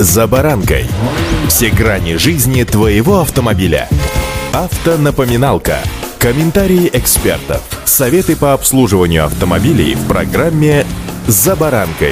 «За баранкой». Все грани жизни твоего автомобиля. Автонапоминалка. Комментарии экспертов. Советы по обслуживанию автомобилей в программе «За баранкой».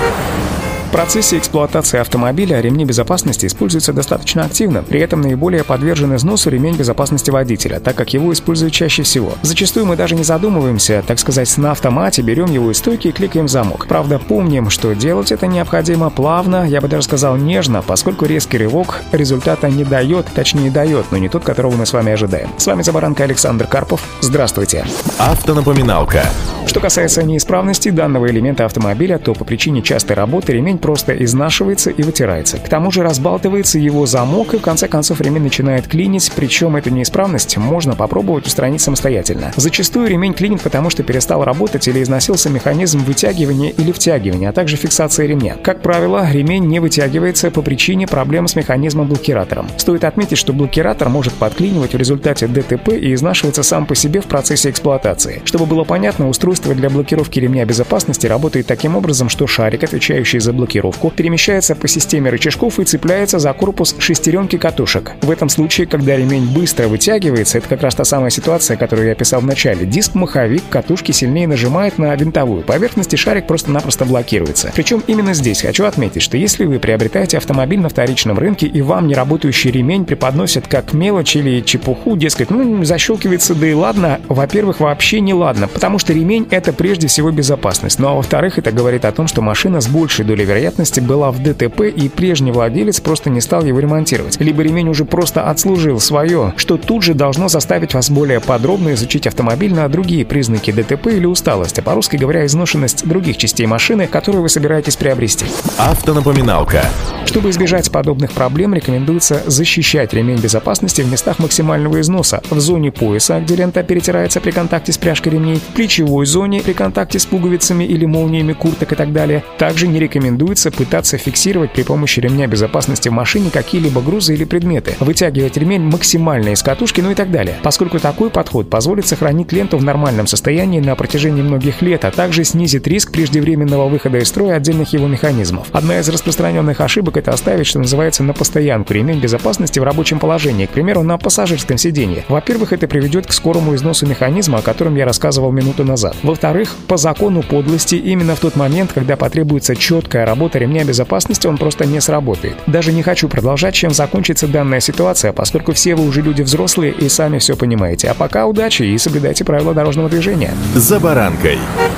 В процессе эксплуатации автомобиля ремни безопасности используются достаточно активно, при этом наиболее подвержен износу ремень безопасности водителя, так как его используют чаще всего. Зачастую мы даже не задумываемся, так сказать, на автомате, берем его из стойки и кликаем замок. Правда, помним, что делать это необходимо плавно, я бы даже сказал нежно, поскольку резкий рывок результата не дает, точнее дает, но не тот, которого мы с вами ожидаем. С вами «За баранкой» Александр Карпов. Здравствуйте. Автонапоминалка. Что касается неисправности данного элемента автомобиля, то по причине частой работы ремень просто изнашивается и вытирается. К тому же разбалтывается его замок, и в конце концов ремень начинает клинить, причем эту неисправность можно попробовать устранить самостоятельно. Зачастую ремень клинит, потому что перестал работать или износился механизм вытягивания или втягивания, а также фиксации ремня. Как правило, ремень не вытягивается по причине проблем с механизмом-блокиратором. Стоит отметить, что блокиратор может подклинивать в результате ДТП и изнашиваться сам по себе в процессе эксплуатации. Чтобы было понятно, устройство для блокировки ремня безопасности работает таким образом, что шарик, отвечающий за блокировку, перемещается по системе рычажков и цепляется за корпус шестеренки катушек. В этом случае, когда ремень быстро вытягивается, это как раз та самая ситуация, которую я описал в начале. Диск-маховик катушки сильнее нажимает на винтовую поверхность, и шарик просто-напросто блокируется. Причем именно здесь хочу отметить, что если вы приобретаете автомобиль на вторичном рынке и вам неработающий ремень преподносят как мелочь или чепуху, дескать, защелкивается, да и ладно, во-первых, вообще не ладно, потому что ремень — это прежде всего безопасность. Ну а во-вторых, это говорит о том, что машина с большей долей вероятности была в ДТП, и прежний владелец просто не стал его ремонтировать. Либо ремень уже просто отслужил свое, что тут же должно заставить вас более подробно изучить автомобиль на другие признаки ДТП или усталость, а по-русски говоря, изношенность других частей машины, которую вы собираетесь приобрести. Автонапоминалка. Чтобы избежать подобных проблем, рекомендуется защищать ремень безопасности в местах максимального износа: в зоне пояса, где лента перетирается при контакте с пряжкой ремней, в плечевой зоне при контакте с пуговицами или молниями курток и так далее. Также не рекомендуется пытаться фиксировать при помощи ремня безопасности в машине какие-либо грузы или предметы, вытягивать ремень максимально из катушки, и так далее, поскольку такой подход позволит сохранить ленту в нормальном состоянии на протяжении многих лет, а также снизит риск преждевременного выхода из строя отдельных его механизмов. Одна из распространенных ошибок — это оставить, что называется, на постоянку ремень безопасности в рабочем положении, к примеру, на пассажирском сиденье. Во-первых, это приведет к скорому износу механизма, о котором я рассказывал минуту назад. Во-вторых, по закону подлости, именно в тот момент, когда потребуется четкая работа ремня безопасности, он просто не сработает. Даже не хочу продолжать, чем закончится данная ситуация, поскольку все вы уже люди взрослые и сами все понимаете. А пока удачи и соблюдайте правила дорожного движения. «За баранкой».